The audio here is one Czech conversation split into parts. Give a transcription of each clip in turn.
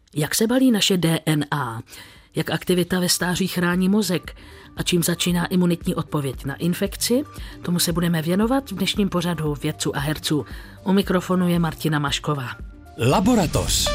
Jak se balí naše DNA? Jak aktivita ve stáří chrání mozek? A čím začíná imunitní odpověď na infekci? Tomu se budeme věnovat v dnešním pořadu Vědců a herců. U mikrofonu je Martina Mašková. Laboratoř.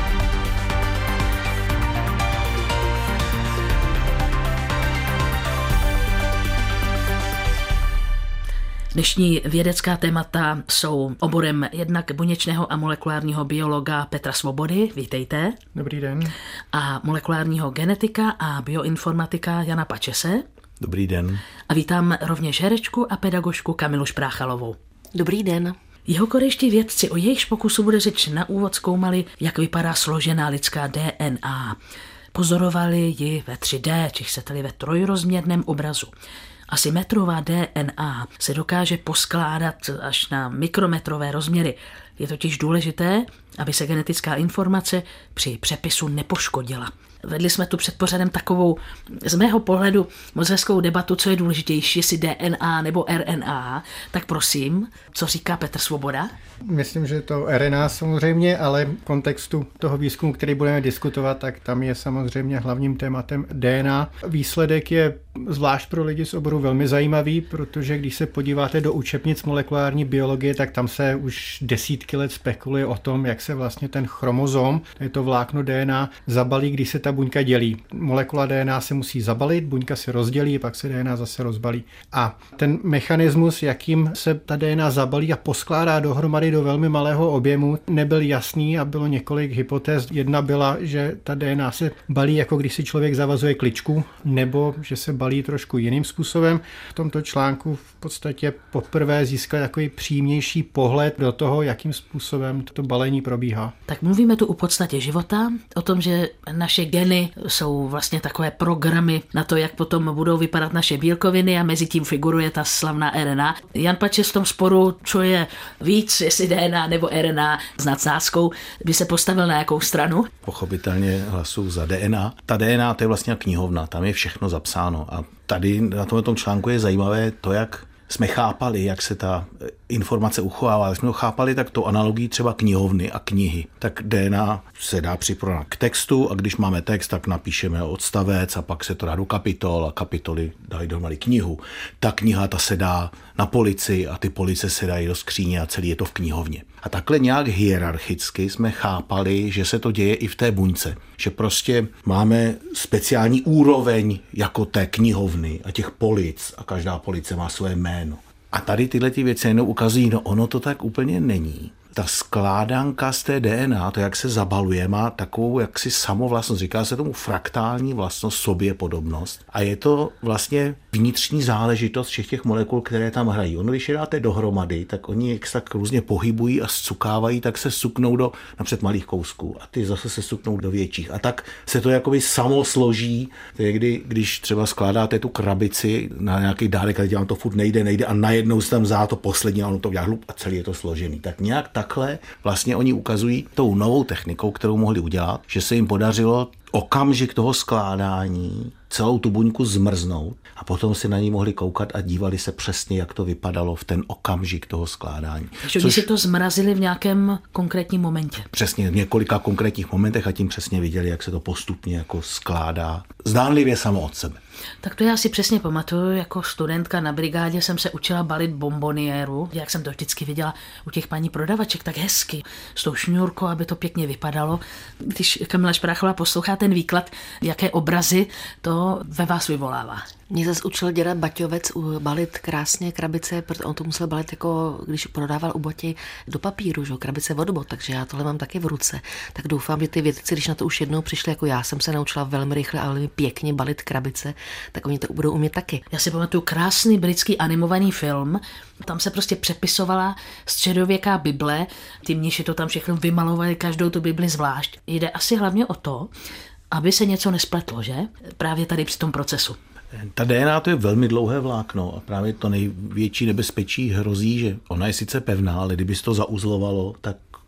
Dnešní vědecká témata jsou oborem jednak buněčného a molekulárního biologa Petra Svobody, vítejte. Dobrý den. A molekulárního genetika a bioinformatika Jana Pačese. Dobrý den. A vítám rovněž herečku a pedagožku Kamilu Špráchalovou. Dobrý den. Jeho korejští vědci, o jejich pokusu bude řeč, na úvod zkoumali, jak vypadá složená lidská DNA. Pozorovali ji ve 3D, či chcete-li ve trojrozměrném obrazu. Asymetrová DNA se dokáže poskládat až na mikrometrové rozměry. Je totiž důležité, aby se genetická informace při přepisu nepoškodila. Vedli jsme tu před pořadem takovou, z mého pohledu, moc hezkou debatu, co je důležitější, jestli DNA nebo RNA. Tak prosím, co říká Petr Svoboda? Myslím, že to RNA samozřejmě, ale v kontextu toho výzkumu, který budeme diskutovat, tak tam je samozřejmě hlavním tématem DNA. Výsledek je zvlášť pro lidi z oboru velmi zajímavý, protože když se podíváte do učebnic molekulární biologie, tak tam se už desítky let spekuluje o tom, jak se vlastně ten chromozom, to je to vlákno DNA, zabalí, když se ta buňka dělí. Molekula DNA se musí zabalit, buňka se rozdělí, pak se DNA zase rozbalí. A ten mechanismus, jakým se ta DNA zabalí a poskládá dohromady do velmi malého objemu, nebyl jasný a bylo několik hypotéz. Jedna byla, že ta DNA se balí, jako když si člověk zavazuje kličku, nebo že se balí trošku jiným způsobem. V tomto článku v podstatě poprvé získali takový přímější pohled do toho, jakým způsobem to balení probíhá. Tak mluvíme tu o podstatě života, o tom, že naše geny jsou vlastně takové programy na to, jak potom budou vypadat naše bílkoviny a mezi tím figuruje ta slavná RNA. Jan Pačes v tom sporu, co je víc, jestli DNA nebo RNA s nadsázkou, by se postavil na jakou stranu? Pochopitelně hlasuju za DNA. Ta DNA to je vlastně knihovna, tam je všechno zapsáno a tady na tomto článku je zajímavé to, jak jsme chápali, jak se ta informace uchovává. Jak jsme to chápali, tak to analogii třeba knihovny a knihy. Tak DNA se dá připojenat k textu a když máme text, tak napíšeme odstavec a pak se to dá do kapitol a kapitoly dají dohromady knihu. Ta kniha ta se dá na polici a ty police se dají do skříně a celý je to v knihovně. A takhle nějak hierarchicky jsme chápali, že se to děje i v té buňce. Že prostě máme speciální úroveň jako té knihovny a těch polic a každá police má své jméno. A tady tyhle ty věci jenom ukazují, no ono to tak úplně není. Ta skládanka z té DNA, to jak se zabaluje, má takovou jaksi samovlastnost, říká se tomu fraktální vlastnost, soběpodobnost. A je to vlastně vnitřní záležitost všech těch molekul, které tam hrají. Ono, když je dáte dohromady, tak oni jak se tak různě pohybují a zcukávají, tak se suknou do napřed malých kousků a ty zase se suknou do větších. A tak se to jakoby samo složí, když třeba skládáte tu krabici na nějaký dárek, ale dělám to furt nejde a najednou se tam vzá to poslední a ono to udělá hlup a celý je to složený. Tak nějak takhle vlastně oni ukazují tou novou technikou, kterou mohli udělat, že se jim podařilo okamžik toho skládání celou tu buňku zmrznout a potom si na ní mohli koukat a dívali se přesně, jak to vypadalo v ten okamžik toho skládání. Takže oni si to zmrazili v nějakém konkrétním momentě. Přesně v několika konkrétních momentech a tím přesně viděli, jak se to postupně jako skládá. Zdánlivě samo od sebe. Tak to já si přesně pamatuju, jako studentka na brigádě jsem se učila balit bomboniéru, jak jsem to vždycky viděla u těch paní prodavaček, tak hezky, s tou šňůrkou, aby to pěkně vypadalo. Když Kamila Špráchová poslouchá ten výklad, jaké obrazy to ve vás vyvolává. Mě zase učil děda Baťovec balit krásně krabice, protože on to musel balit jako když prodával u Boti do papíru, že? Krabice od bot, takže já tohle mám taky v ruce. Tak doufám, že ty vědci, když na to už jednou přišli, jako já jsem se naučila velmi rychle a velmi pěkně balit krabice, tak oni to budou umět taky. Já si pamatuju krásný britský animovaný film, tam se prostě přepisovala středověká Bible, ty mniši to tam všechno vymalovali, každou tu Bibli zvlášť. Jde asi hlavně o to, aby se něco nespletlo, že? Právě tady při tom procesu. Ta DNA to je velmi dlouhé vlákno a právě to největší nebezpečí hrozí, že ona je sice pevná, ale kdyby se to zauzlovalo, tak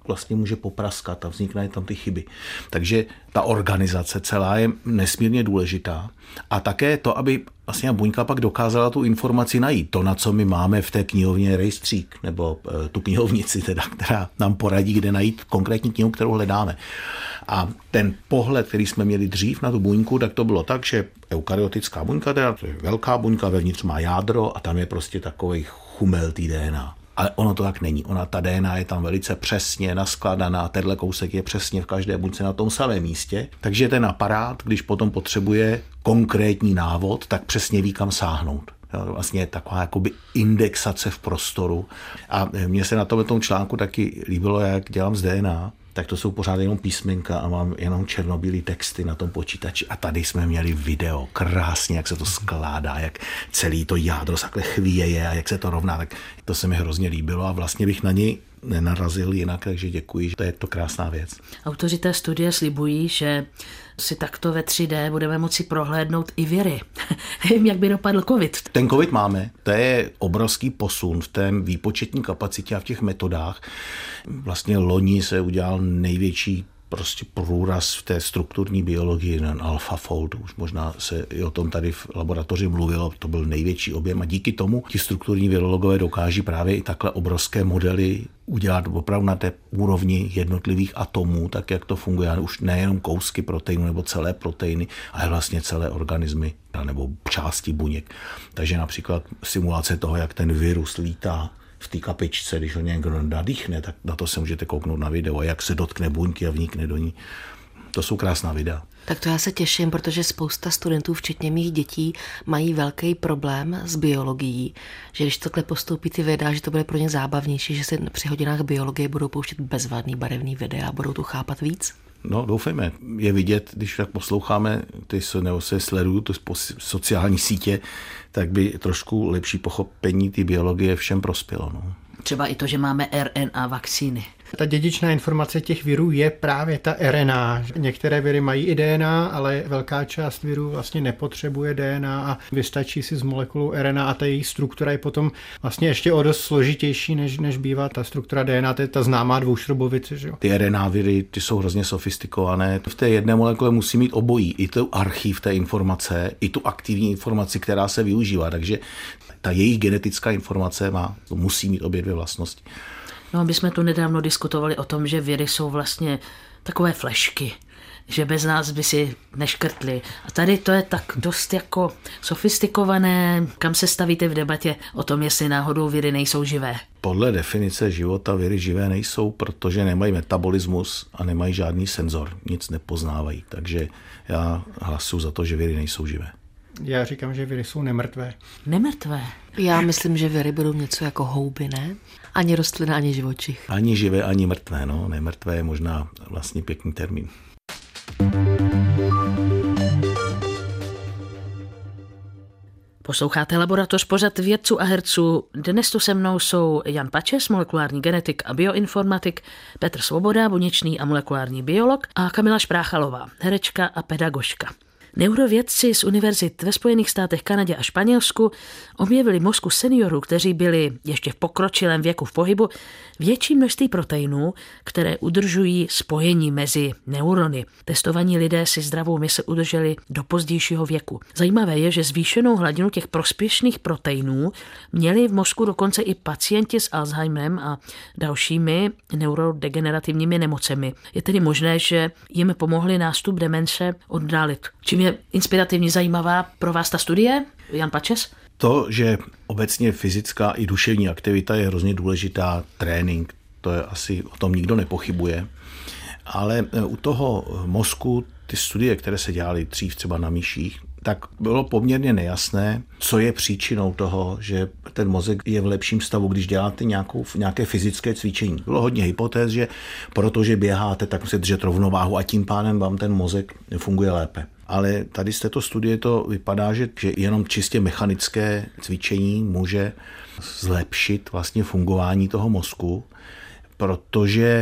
vlastně může popraskat a vznikne tam ty chyby. Takže ta organizace celá je nesmírně důležitá. A také to, aby vlastně buňka pak dokázala tu informaci najít. To, na co my máme v té knihovně rejstřík, nebo tu knihovnici, teda, která nám poradí, kde najít konkrétní knihu, kterou hledáme. A ten pohled, který jsme měli dřív na tu buňku, tak to bylo tak, že eukaryotická buňka, teda to je velká buňka, vevnitř má jádro a tam je prostě takovej chumel tý DNA. Ale ono to tak není. Ta DNA je tam velice přesně naskladaná, tenhle kousek je přesně v každé buňce na tom samém místě, takže ten aparát, když potom potřebuje konkrétní návod, tak přesně ví, kam sáhnout. Vlastně taková jakoby indexace v prostoru. A mně se na tom článku taky líbilo, jak dělám z DNA, tak to jsou pořád jenom písmenka a mám jenom černobílý texty na tom počítači. A tady jsme měli video, krásně, jak se to skládá, jak celý to jádro takhle chvíjeje a jak se to rovná. Tak to se mi hrozně líbilo a vlastně bych na něj nenarazil jinak, takže děkuji, že to je to krásná věc. Autoři té studie slibují, že si takto ve 3D budeme moci prohlédnout i viry. Nevím, jak by dopadl covid. Ten covid máme, to je obrovský posun v té výpočetní kapacitě a v těch metodách. Vlastně loni se udělal největší prostě průraz v té strukturní biologii, AlphaFold, už možná se i o tom tady v laboratoři mluvilo, to byl největší objem a díky tomu ti strukturní virologové dokáží právě i takhle obrovské modely udělat opravdu na té úrovni jednotlivých atomů, tak jak to funguje, už nejenom kousky proteinu nebo celé proteiny, ale vlastně celé organismy nebo části buněk. Takže například simulace toho, jak ten virus lítá v té kapičce, když ho někdo nadýchne, tak na to se můžete kouknout na video, jak se dotkne buňky a vnikne do ní. To jsou krásná videa. Tak to já se těším, protože spousta studentů, včetně mých dětí, mají velký problém s biologií, že když takhle postoupí ty videa, že to bude pro ně zábavnější, že se při hodinách biologie budou pouštět bezvadný barevný videa a budou tu chápat víc. No, doufejme. Je vidět, když tak posloucháme, nebo se sledují ty sociální sítě, tak by trošku lepší pochopení ty biologie všem prospělo. No. Třeba i to, že máme RNA vakcíny. Ta dědičná informace těch virů je právě ta RNA. Některé viry mají i DNA, ale velká část virů vlastně nepotřebuje DNA a vystačí si s molekulou RNA a ta její struktura je potom vlastně ještě o dost složitější, než bývá ta struktura DNA, to je ta známá dvoušroubovice. Že jo? Ty RNA viry, ty jsou hrozně sofistikované. V té jedné molekule musí mít obojí, i tu archiv té informace, i tu aktivní informaci, která se využívá, takže ta jejich genetická informace musí mít obě dvě vlastnosti. No, my jsme tu nedávno diskutovali o tom, že viry jsou vlastně takové flešky, že bez nás by si neškrtli. A tady to je tak dost jako sofistikované, kam se stavíte v debatě o tom, jestli náhodou viry nejsou živé. Podle definice života viry živé nejsou, protože nemají metabolismus a nemají žádný senzor, nic nepoznávají. Takže já hlasuju za to, že viry nejsou živé. Já říkám, že viry jsou nemrtvé. Nemrtvé? Já myslím, že viry budou něco jako houby, ne? Ani rostlina, ani živočich. Ani živé, ani mrtvé. No. Nemrtvé je možná vlastně pěkný termín. Posloucháte Laboratoř, pořad vědců a herců. Dnes tu se mnou jsou Jan Pačes, molekulární genetik a bioinformatik, Petr Svoboda, buněčný a molekulární biolog a Kamila Špráchalová, herečka a pedagožka. Neurovědci z univerzit ve Spojených státech, Kanadě a Španělsku objevili v mozku seniorů, kteří byli ještě v pokročilém věku v pohybu, větší množství proteinů, které udržují spojení mezi neurony. Testovaní lidé si zdravou mysl udrželi do pozdějšího věku. Zajímavé je, že zvýšenou hladinu těch prospěšných proteinů měli v mozku dokonce i pacienti s Alzheimerem a dalšími neurodegenerativními nemocemi. Je tedy možné, že jim pomohli nástup demence oddálit. Čím je inspirativně zajímavá pro vás ta studie? Jan Pačes? To, že obecně fyzická i duševní aktivita je hrozně důležitá, trénink, to je asi o tom nikdo nepochybuje. Ale u toho mozku ty studie, které se dělaly dřív třeba na myších, tak bylo poměrně nejasné, co je příčinou toho, že ten mozek je v lepším stavu, když děláte nějaké fyzické cvičení. Bylo hodně hypotéz, že protože běháte, tak musíte držet rovnováhu a tím pádem vám ten mozek funguje lépe. Ale tady z této studie to vypadá, že jenom čistě mechanické cvičení může zlepšit vlastně fungování toho mozku, protože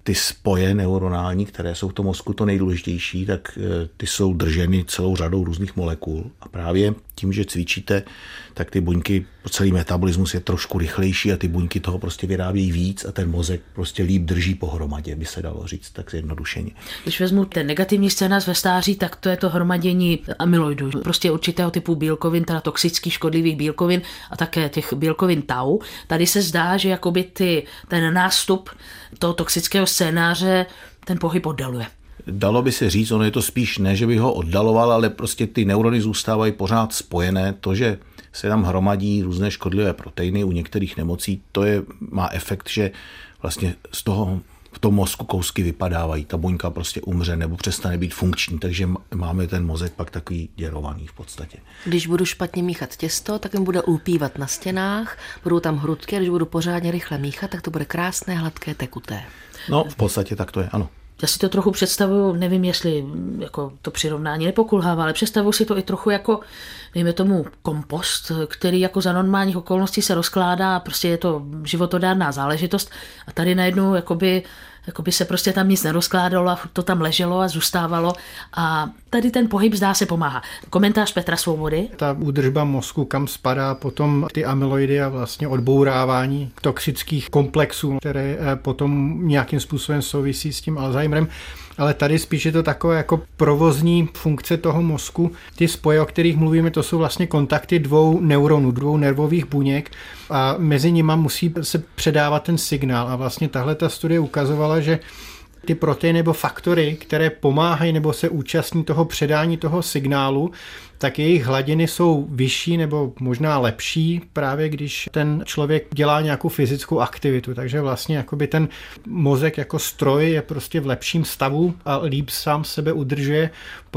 ty spoje neuronální, které jsou v tom mozku to nejdůležitější, tak ty jsou drženy celou řadou různých molekul. A právě tím, že cvičíte, tak ty buňky, celý metabolismus je trošku rychlejší a ty buňky toho prostě vyrábějí víc a ten mozek prostě líp drží pohromadě, by se dalo říct tak zjednodušeně. Když vezmu ten negativní scénář ve stáří, tak to je to hromadění amyloidů, prostě určitého typu bílkovin, teda toxických škodlivých bílkovin a také těch bílkovin tau. Tady se zdá, že jakoby ten nástup toho toxického scénáře ten pohyb oddaluje. Dalo by se říct, ono je to spíš ne, že by ho oddaloval, ale prostě ty neurony zůstávají pořád spojené. To, že se tam hromadí různé škodlivé proteiny u některých nemocí, má efekt, že vlastně z toho v tom mozku kousky vypadávají. Ta buňka prostě umře nebo přestane být funkční, takže máme ten mozek pak takový děrovaný v podstatě. Když budu špatně míchat těsto, tak jim bude ulpívat na stěnách, budou tam hrudky, a když budu pořádně rychle míchat, tak to bude krásné, hladké, tekuté. No, v podstatě tak to je, ano. Já si to trochu představuju, nevím, jestli jako to přirovnání nepokulhává, ale představuju si to i trochu jako, dejme tomu, kompost, který jako za normálních okolností se rozkládá a prostě je to životodárná záležitost a tady najednou jakoby se prostě tam nic nerozkládalo a to tam leželo a zůstávalo a tady ten pohyb zdá se pomáhá. Komentář Petra Svobody. Ta údržba mozku, kam spadá potom ty amyloidy a vlastně odbourávání toxických komplexů, které potom nějakým způsobem souvisí s tím Alzheimerem. Ale tady spíš je to takové jako provozní funkce toho mozku. Ty spoje, o kterých mluvíme, to jsou vlastně kontakty dvou neuronů, dvou nervových buněk a mezi nimi musí se předávat ten signál. A vlastně tahle ta studie ukazovala, že ty proteiny nebo faktory, které pomáhají nebo se účastní toho předání toho signálu, tak jejich hladiny jsou vyšší nebo možná lepší právě když ten člověk dělá nějakou fyzickou aktivitu. Takže vlastně jakoby ten mozek jako stroj je prostě v lepším stavu a líp sám sebe udržuje,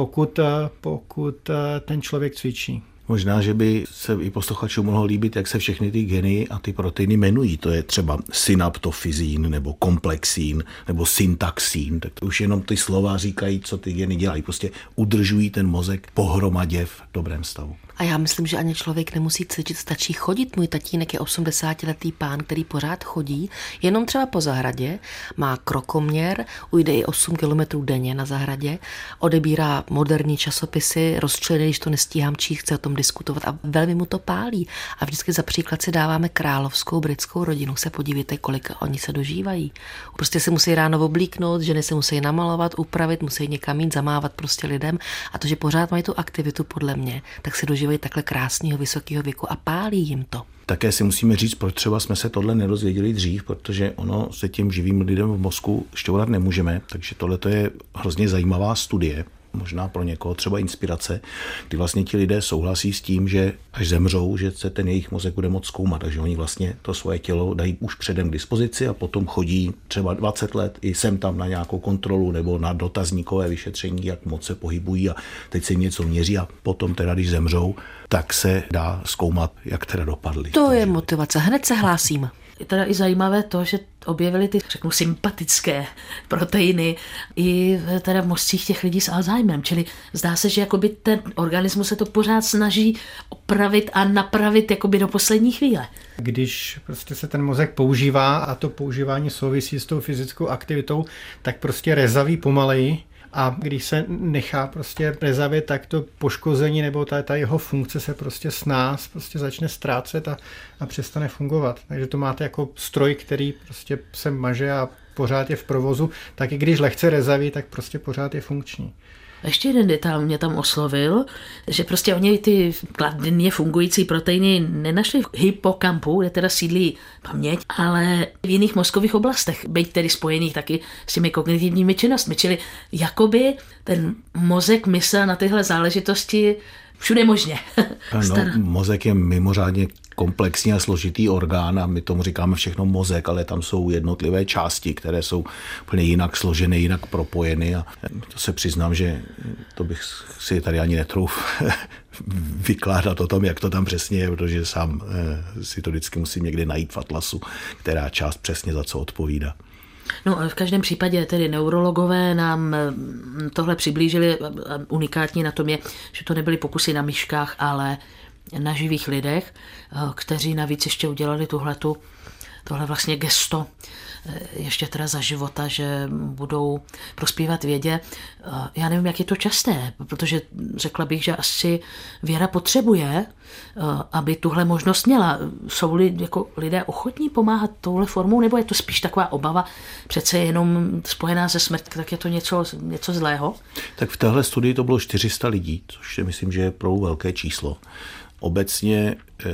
pokud ten člověk cvičí. Možná, že by se i posluchačům mohlo líbit, jak se všechny ty geny a ty proteiny jmenují. To je třeba synaptofyzín, nebo komplexín, nebo syntaxín. Tak to už jenom ty slova říkají, co ty geny dělají. Prostě udržují ten mozek pohromadě v dobrém stavu. A já myslím, že ani člověk nemusí cvičit, stačí chodit. Můj tatínek je 80letý pán, který pořád chodí, jenom třeba po zahradě, má krokoměr, ujde i 8 kilometrů denně na zahradě, odebírá moderní časopisy, rozčlený, když to nestíhám číst, chce o tom diskutovat a velmi mu to pálí. A vždycky za příklad si dáváme královskou britskou rodinu. Se podívejte, kolik oni se dožívají. Prostě se musí ráno oblíknout, ženy se musí namalovat, upravit, musí někam jít, zamávat prostě lidem. A to, že pořád mají tu aktivitu podle mě, tak se dožívají takhle krásného vysokého věku a pálí jim to. Také si musíme říct, proč třeba jsme se tohle nedozvěděli dřív, protože ono se těm živým lidem v mozku šťourat nemůžeme, takže tohle je hrozně zajímavá studie. Možná pro někoho třeba inspirace, kdy vlastně ti lidé souhlasí s tím, že až zemřou, že se ten jejich mozek bude moc zkoumat, takže oni vlastně to svoje tělo dají už předem k dispozici a potom chodí třeba 20 let i sem tam na nějakou kontrolu nebo na dotazníkové vyšetření, jak moc se pohybují a teď se jim něco měří a potom teda, když zemřou, tak se dá zkoumat, jak teda dopadly. To je motivace, hned se hlásím. Je teda i zajímavé to, že objevili ty, řeknu, sympatické proteiny i teda v mozcích těch lidí s Alzheimerem, čili zdá se, že jakoby ten organismus se to pořád snaží opravit a napravit jakoby do poslední chvíle. Když prostě se ten mozek používá a to používání souvisí s tou fyzickou aktivitou, tak prostě rezaví pomaleji. A když se nechá prostě rezavit, tak to poškození nebo ta jeho funkce se prostě snáz prostě začne ztrácet a přestane fungovat. Takže to máte jako stroj, který prostě se maže a pořád je v provozu, tak i když lehce rezaví, tak prostě pořád je funkční. Ještě jeden detail mě tam oslovil, že prostě oni ty kladně fungující proteiny nenašli v hypokampu, kde teda sídlí paměť, ale v jiných mozkových oblastech, byť tedy spojených taky s těmi kognitivními činnostmi. Čili jakoby ten mozek myslel na tyhle záležitosti všude možně. No, mozek je mimořádně komplexní a složitý orgán a my tomu říkáme všechno mozek, ale tam jsou jednotlivé části, které jsou úplně jinak složené, jinak propojeny a to se přiznám, že to bych si tady ani netrouf vykládat o tom, jak to tam přesně je, protože sám si to vždycky musím někde najít v atlasu, která část přesně za co odpovídá. No v každém případě tedy neurologové nám tohle přiblížili. Unikátní na tom je, že to nebyly pokusy na myškách, ale na živých lidech, kteří navíc ještě udělali tuhletu tohle vlastně gesto ještě teda za života, že budou prospívat vědě. Já nevím, jak je to časté, protože řekla bych, že asi věda potřebuje, aby tuhle možnost měla. Jsou jako lidé ochotní pomáhat touhle formou, nebo je to spíš taková obava, přece jenom spojená se smrtí, tak je to něco zlého? Tak v téhle studii to bylo 400 lidí, což si myslím, že je pro velké číslo. Obecně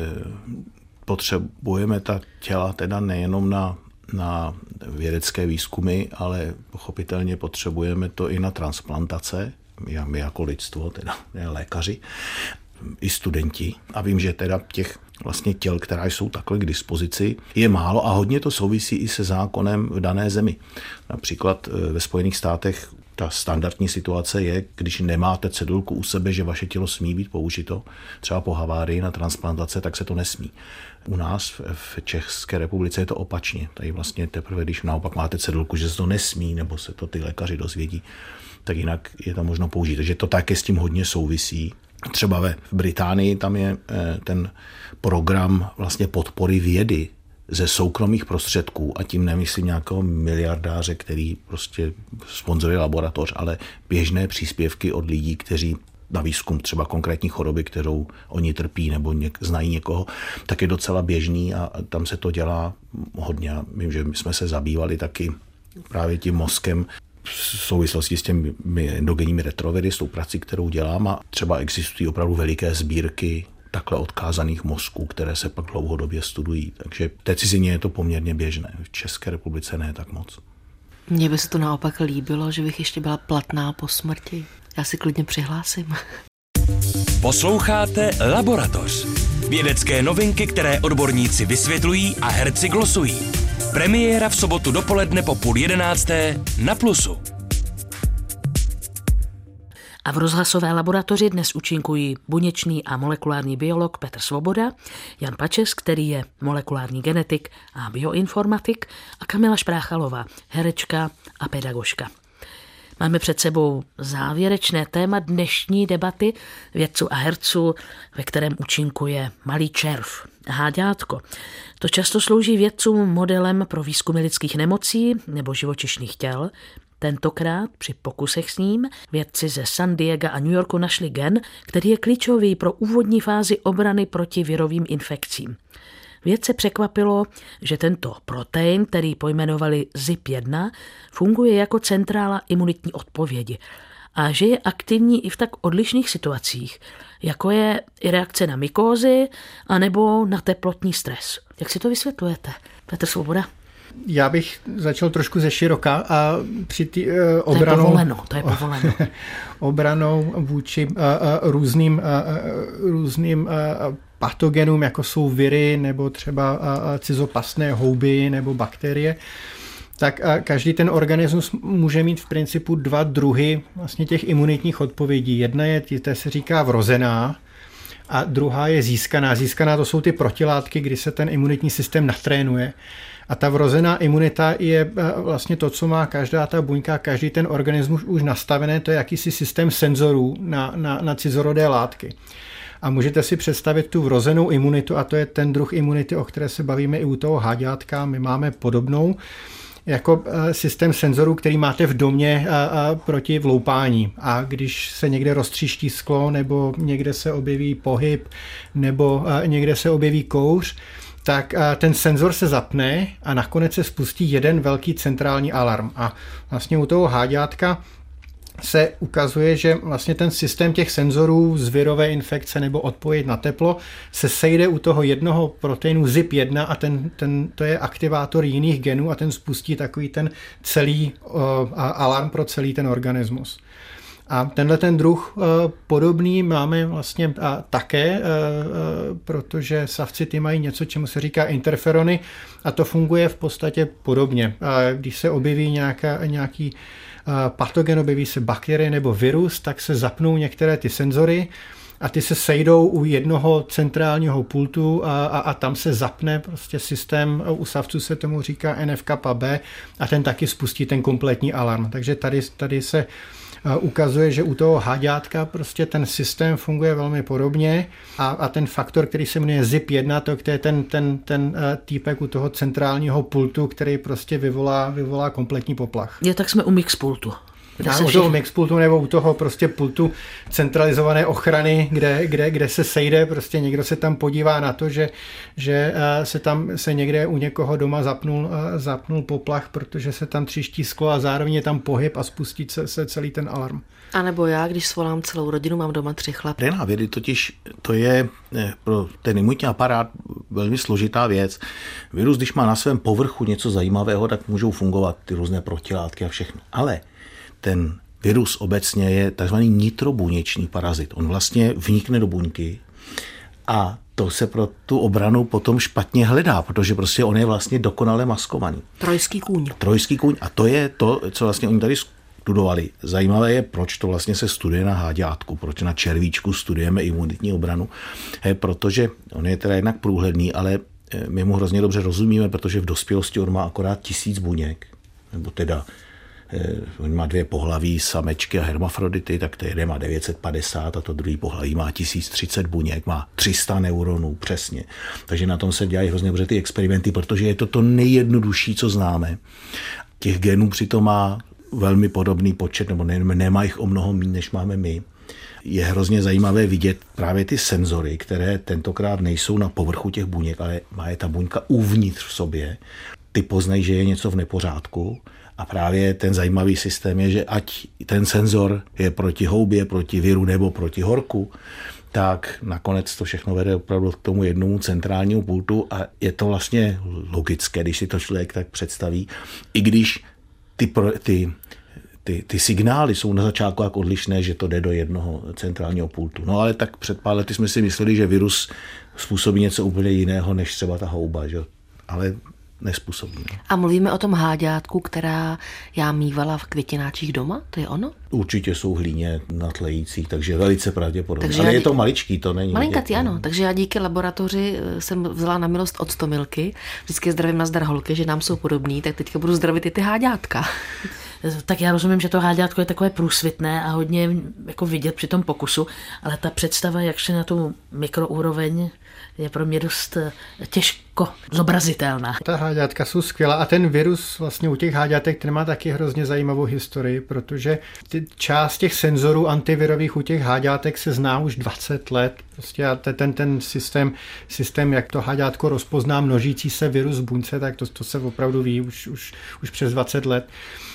potřebujeme ta těla teda nejenom na vědecké výzkumy, ale pochopitelně potřebujeme to i na transplantace, my jako lidstvo, teda lékaři, i studenti. A vím, že teda těch vlastně těl, která jsou takhle k dispozici, je málo a hodně to souvisí i se zákonem v dané zemi. Například ve Spojených státech ta standardní situace je, když nemáte cedulku u sebe, že vaše tělo smí být použito, třeba po havárii na transplantace, tak se to nesmí. U nás v České republice je to opačně. Tady vlastně teprve, když naopak máte cedulku, že se to nesmí, nebo se to ty lékaři dozvědí, tak jinak je to možno použít. Takže to také s tím hodně souvisí. Třeba v Británii tam je ten program vlastně podpory vědy ze soukromých prostředků, a tím nemyslím nějakého miliardáře, který prostě sponzoruje laboratoř, ale běžné příspěvky od lidí, kteří na výzkum třeba konkrétní choroby, kterou oni trpí nebo znají někoho, tak je docela běžný a tam se to dělá hodně. Vím, že my jsme se zabývali taky právě tím mozkem v souvislosti s těmi endogenními retroviry, s tou prací, kterou dělám, a třeba existují opravdu veliké sbírky takhle odkázaných mozků, které se pak dlouhodobě studují. Takže v té cizině je to poměrně běžné. V České republice ne tak moc. Mně by se to naopak líbilo, že bych ještě byla platná po smrti. Já si klidně přihlásím. Posloucháte Laboratoř. Vědecké novinky, které odborníci vysvětlují a herci glosují. Premiéra v sobotu dopoledne po 10:30 na Plusu. A v rozhlasové laboratoři dnes účinkují buněčný a molekulární biolog Petr Svoboda, Jan Pačes, který je molekulární genetik a bioinformatik, a Kamila Špráchalová, herečka a pedagožka. Máme před sebou závěrečné téma dnešní debaty vědců a herců, ve kterém účinkuje malý červ, háďátko. To často slouží vědcům modelem pro výzkumy lidských nemocí nebo živočišných těl. Tentokrát při pokusech s ním vědci ze San Diega a New Yorku našli gen, který je klíčový pro úvodní fázi obrany proti virovým infekcím. Vědce překvapilo, že tento protein, který pojmenovali ZIP1, funguje jako centrála imunitní odpovědi a že je aktivní i v tak odlišných situacích, jako je i reakce na mykózy anebo na teplotní stres. Jak si to vysvětlujete, Petr Svoboda? Já bych začal trošku ze široka a při obranou... To je povoleno. Obranou vůči různým patogenům, jako jsou viry nebo třeba cizopasné houby nebo bakterie, tak každý ten organismus může mít v principu dva druhy vlastně těch imunitních odpovědí. Jedna je, to se říká vrozená, a druhá je získaná. Získaná to jsou ty protilátky, kdy se ten imunitní systém natrénuje. A ta vrozená imunita je vlastně to, co má každá ta buňka, každý ten organismus už nastavené, to je jakýsi systém senzorů na cizorodé látky. A můžete si představit tu vrozenou imunitu, a to je ten druh imunity, o které se bavíme i u toho háďátka. My máme podobnou jako systém senzorů, který máte v domě proti vloupání. A když se někde roztříští sklo, nebo někde se objeví pohyb, nebo někde se objeví kouř, tak ten senzor se zapne a nakonec se spustí jeden velký centrální alarm. A vlastně u toho háďátka se ukazuje, že vlastně ten systém těch senzorů z virové infekce nebo odpověď na teplo se sejde u toho jednoho proteinu ZIP1 a to je aktivátor jiných genů a ten spustí takový ten celý alarm pro celý ten organismus. A tenhle ten druh podobný máme vlastně také, protože savci ty mají něco, čemu se říká interferony, a to funguje v podstatě podobně. Když se objeví nějaký patogen, objeví se bakterie nebo virus, tak se zapnou některé ty senzory a ty se sejdou u jednoho centrálního pultu a tam se zapne prostě systém, u savců se tomu říká NF-kappa B, a ten taky spustí ten kompletní alarm. Takže tady se ukazuje, že u toho háďátka prostě ten systém funguje velmi podobně a ten faktor, který se jmenuje ZIP1, to je ten týpek u toho centrálního pultu, který prostě vyvolá kompletní poplach. Tak jsme u mixpultu. U toho mixpultu nebo u toho prostě pultu centralizované ochrany, kde se sejde, prostě někdo se tam podívá na to, že se někde u někoho doma zapnul poplach, protože se tam tříští sklo a zároveň je tam pohyb a spustí se celý ten alarm. A nebo já, když svolám celou rodinu, mám doma 3 chlapy. DNA vědy totiž to je pro ten imunitní aparát velmi složitá věc. Virus, když má na svém povrchu něco zajímavého, tak můžou fungovat ty různé protilátky a všechno. Ale ten virus obecně je takzvaný nitrobuněčný parazit. On vlastně vnikne do buňky a to se pro tu obranu potom špatně hledá, protože prostě on je vlastně dokonale maskovaný. Trojský kůň. A to je to, co vlastně oni tady studovali. Zajímavé je, proč to vlastně se studuje na háďátku, proč na červíčku studujeme imunitní obranu, protože on je teda jednak průhledný, ale my mu hrozně dobře rozumíme, protože v dospělosti on má akorát 1000 buněk, nebo teda on má 2 pohlaví, samečky a hermafrodity, tak to jeden má 950 a to druhý pohlaví má 1030 buněk, má 300 neuronů přesně. Takže na tom se dělají hrozně dobře ty experimenty, protože je to nejjednodušší, co známe. Těch genů přitom má velmi podobný počet, nebo nemá jich o mnoho méně, než máme my. Je hrozně zajímavé vidět právě ty senzory, které tentokrát nejsou na povrchu těch buněk, ale má je ta buňka uvnitř v sobě. Ty poznají, že je něco v nepořádku. A právě ten zajímavý systém je, že ať ten senzor je proti houbě, proti viru nebo proti horku, tak nakonec to všechno vede opravdu k tomu jednomu centrálnímu pultu a je to vlastně logické, když si to člověk tak představí, i když ty signály jsou na začátku jak odlišné, že to jde do jednoho centrálního pultu. No ale tak před pár lety jsme si mysleli, že virus způsobí něco úplně jiného, než třeba ta houba, že? Ale nespůsobí. A mluvíme o tom háďátku, která já mívala v květináčích doma? To je ono? Určitě jsou hlíně na tlejících, takže velice pravděpodobně. Ale je to maličký, to není. Malinkatý, ano. Takže já díky laboratoři jsem vzala na milost octomilky. Vždycky zdravím na zdar holky, že nám jsou podobný, tak teďka budu zdravit i ty háďátka. Tak já rozumím, že to háďátko je takové průsvitné a hodně jako vidět při tom pokusu, ale ta představa, jak se na tu mikroúroveň, je pro mě dost těžko zobrazitelná. Ta háďátka jsou skvělá a ten virus vlastně u těch háďátek, ten má taky hrozně zajímavou historii, protože část těch senzorů antivirových u těch háďátek se zná už 20 let. Prostě a ten systém, jak to háďátko rozpozná množící se virus v buňce, tak to se opravdu ví už přes 20 let.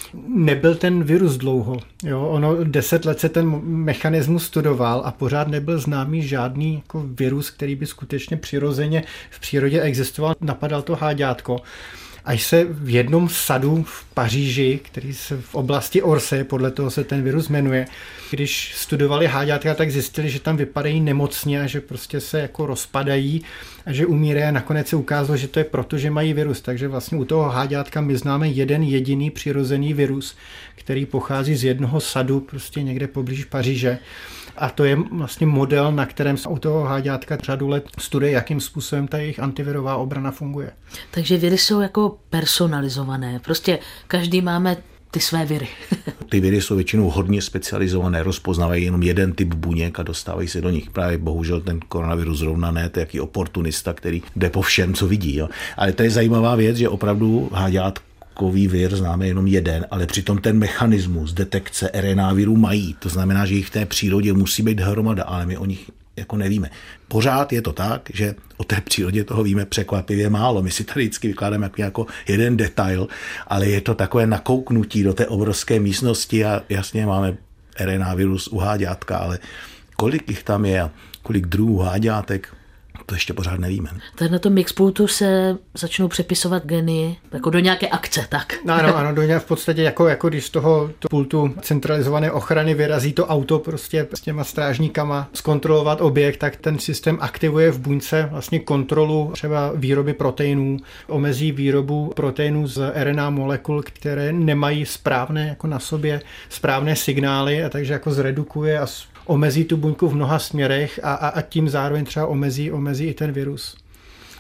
Nebyl ten virus dlouho. Jo? Ono 10 let se ten mechanismus studoval a pořád nebyl známý žádný jako virus, který by skutečně přirozeně v přírodě existoval. Napadal to háďátko. Až se v jednom sadu v Paříži, který se v oblasti Orsay, podle toho se ten virus jmenuje, když studovali háďátka, tak zjistili, že tam vypadají nemocně a že prostě se jako rozpadají a že umírají a nakonec se ukázalo, že to je proto, že mají virus. Takže vlastně u toho háďátka my známe jeden jediný přirozený virus, který pochází z jednoho sadu prostě někde poblíž Paříže. A to je vlastně model, na kterém se u toho háďátka řadu let studuje, jakým způsobem ta jejich antivirová obrana funguje. Takže viry jsou jako personalizované. Prostě každý máme ty své viry. Ty viry jsou většinou hodně specializované, rozpoznávají jenom jeden typ buněk a dostávají se do nich. Právě bohužel ten koronavirus zrovna ne, to je jaký oportunista, který jde po všem, co vidí. Jo. Ale to je zajímavá věc, že opravdu háďátkový vir známe jenom jeden, ale přitom ten mechanismus detekce RNA virů mají. To znamená, že jich v té přírodě musí být hromada, ale my o nich jako nevíme. Pořád je to tak, že o té přírodě toho víme překvapivě málo. My si tady vždycky vykládáme jako jeden detail, ale je to takové nakouknutí do té obrovské místnosti a jasně máme RNA virus u háďátka, ale kolik jich tam je a kolik druhů háďátek, to ještě pořád nevíme. Tak na tom mixpultu se začnou přepisovat geny jako do nějaké akce, tak? Ano, v podstatě jako když z toho pultu centralizované ochrany vyrazí to auto prostě s těma strážníkama zkontrolovat objekt, tak ten systém aktivuje v buňce vlastně kontrolu třeba výroby proteinů, omezí výrobu proteinů z RNA molekul, které nemají správné jako na sobě správné signály a takže jako zredukuje a omezí tu buňku v mnoha směrech a tím zároveň třeba omezí i ten virus.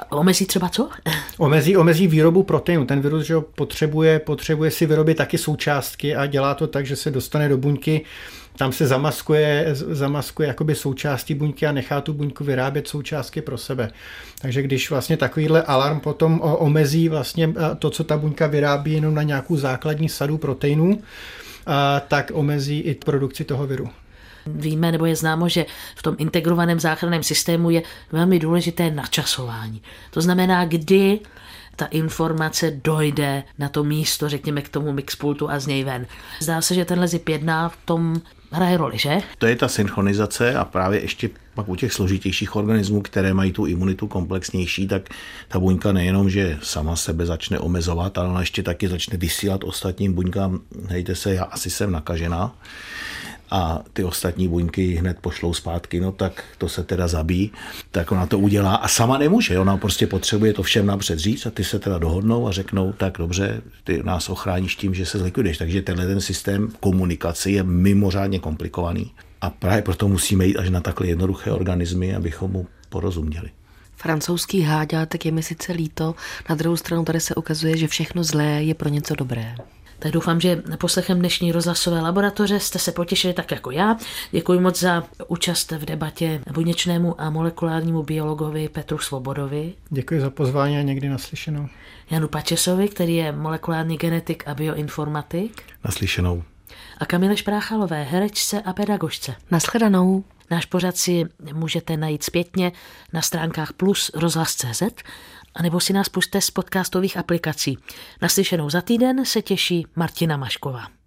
Omezí třeba co? Omezí výrobu proteinu. Ten virus, že potřebuje si vyrobit taky součástky a dělá to tak, že se dostane do buňky, tam se zamaskuje jakoby součástí buňky a nechá tu buňku vyrábět součástky pro sebe. Takže když vlastně takovýhle alarm potom omezí vlastně to, co ta buňka vyrábí jenom na nějakou základní sadu proteinů, tak omezí i produkci toho viru. Víme, nebo je známo, že v tom integrovaném záchranném systému je velmi důležité načasování. To znamená, kdy ta informace dojde na to místo, řekněme, k tomu mixpultu a z něj ven. Zdá se, že tenhle ZIP-1 v tom hraje roli, že? To je ta synchronizace a právě ještě pak u těch složitějších organismů, které mají tu imunitu komplexnější, tak ta buňka nejenom, že sama sebe začne omezovat, ale ona ještě taky začne vysílat ostatním buňkám, hejte se, já asi jsem nakažená. A ty ostatní buňky hned pošlou zpátky, no tak to se teda zabíjí, tak ona to udělá a sama nemůže, ona prostě potřebuje to všem napřed říct a ty se teda dohodnou a řeknou, tak dobře, ty nás ochráníš tím, že se zlikviduješ. Takže ten systém komunikace je mimořádně komplikovaný a právě proto musíme jít až na takhle jednoduché organismy, abychom mu porozuměli. Francouzský háďátek je mi sice líto, na druhou stranu tady se ukazuje, že všechno zlé je pro něco dobré. Tak doufám, že poslechem dnešní rozhlasové laboratoře jste se potěšili tak jako já. Děkuji moc za účast v debatě buněčnému a molekulárnímu biologovi Petru Svobodovi. Děkuji za pozvání a někdy naslyšenou. Janu Pačesovi, který je molekulární genetik a bioinformatik. Naslyšenou. A Kamile Špráchalové, herečce a pedagožce. Nashledanou. Náš pořad si můžete najít zpětně na stránkách Plus rozhlas.cz anebo si nás pusťte z podcastových aplikací. Naslyšenou za týden se těší Martina Mašková.